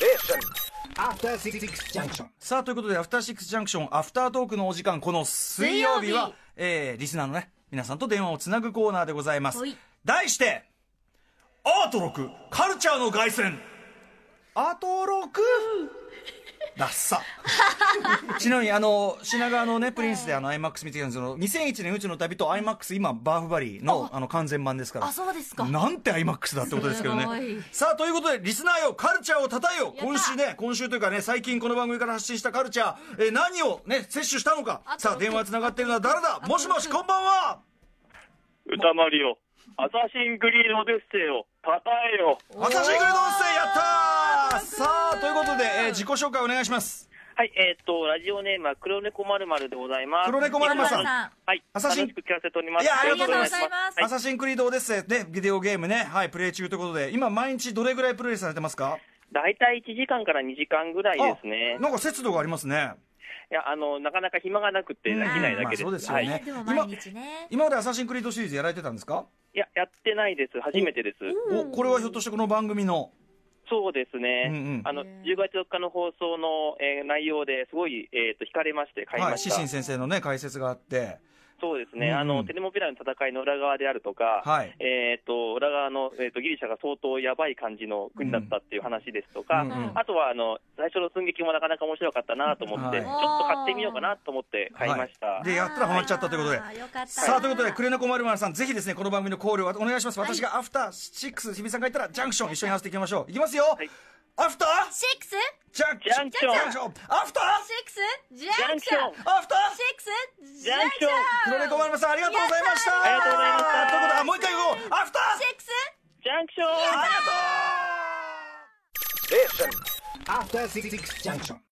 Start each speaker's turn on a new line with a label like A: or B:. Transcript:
A: さあということでアフターシックスジャンクションアフタートークのお時間、この水曜日はリスナーのね皆さんと電話をつなぐコーナーでございます。題してアート6カルチャーの凱旋。アート6ダッサちなみに品川のねプリンスでIMAX 見てきたんですけど、2001年宇宙の旅と IMAX 今バーフバリーの完全版ですから。
B: あ、そうですか。
A: なんて IMAX だってことですけどね。さあということでリスナーよカルチャーをたたえよ。今週というかね、最近この番組から発信したカルチャー、何をね摂取したのか。さあ電話つながってるのは誰だ。もしもしこんばんは。
C: 歌丸よ、アサシンクリードオデッセイをたたえよ。
A: アサシンクリードオデッセイやったー。さあということで、自己紹介お願いします。
C: はい、ラジオネームは黒猫まるまるでございます。
A: 黒猫まるまるさん。
C: はい、楽しく聞かせております。
A: いや、ありがとうございます。
B: はい、
A: アサシンクリードオデッセイでビデオゲームね、はい、プレイ中ということで、今毎日どれぐらいプレイされてますか？
C: だいたい1時間から2時間ぐらいですね。
A: なんか節度がありますね。
C: いや、なかなか暇がなくてできないだけです。
A: そうですよね。
B: でも毎日ね。
A: 今までアサシンクリードシリーズやられてたんですか？
C: いや、やってないです。初めてです。
A: これはひょっとしてこの番組の。
C: そうですね、10月4日の放送の、内容ですごい、惹かれまして買いました。
A: シシン先生のね解説があって、
C: そうですね、テレモピラの戦いの裏側であるとか、裏側の、ギリシャが相当やばい感じの国だったっていう話ですとか、あとは最初の寸劇もなかなか面白かったなと思って、ちょっと買ってみようかなと思って買いました。
A: でやったらハマっちゃったということで、さあということで黒猫まるまるさん、ぜひですねこの番組のコールをお願いします。私がアフターシックス日比さんがいたらジャンクション一緒に合わせていきましょう。いきますよ。アフター
B: シックス
A: ジャンクション、アフター
B: シックスジャンクション、
A: アフター
B: シックスジ
C: ャンクション。
A: 黒猫まるまるさんありがとうございました。
C: ありがとうございました。
A: ということでもう一回行こう。アフター
B: シックス
C: ジャンクション。
A: ありがとう。
D: After 66 junction.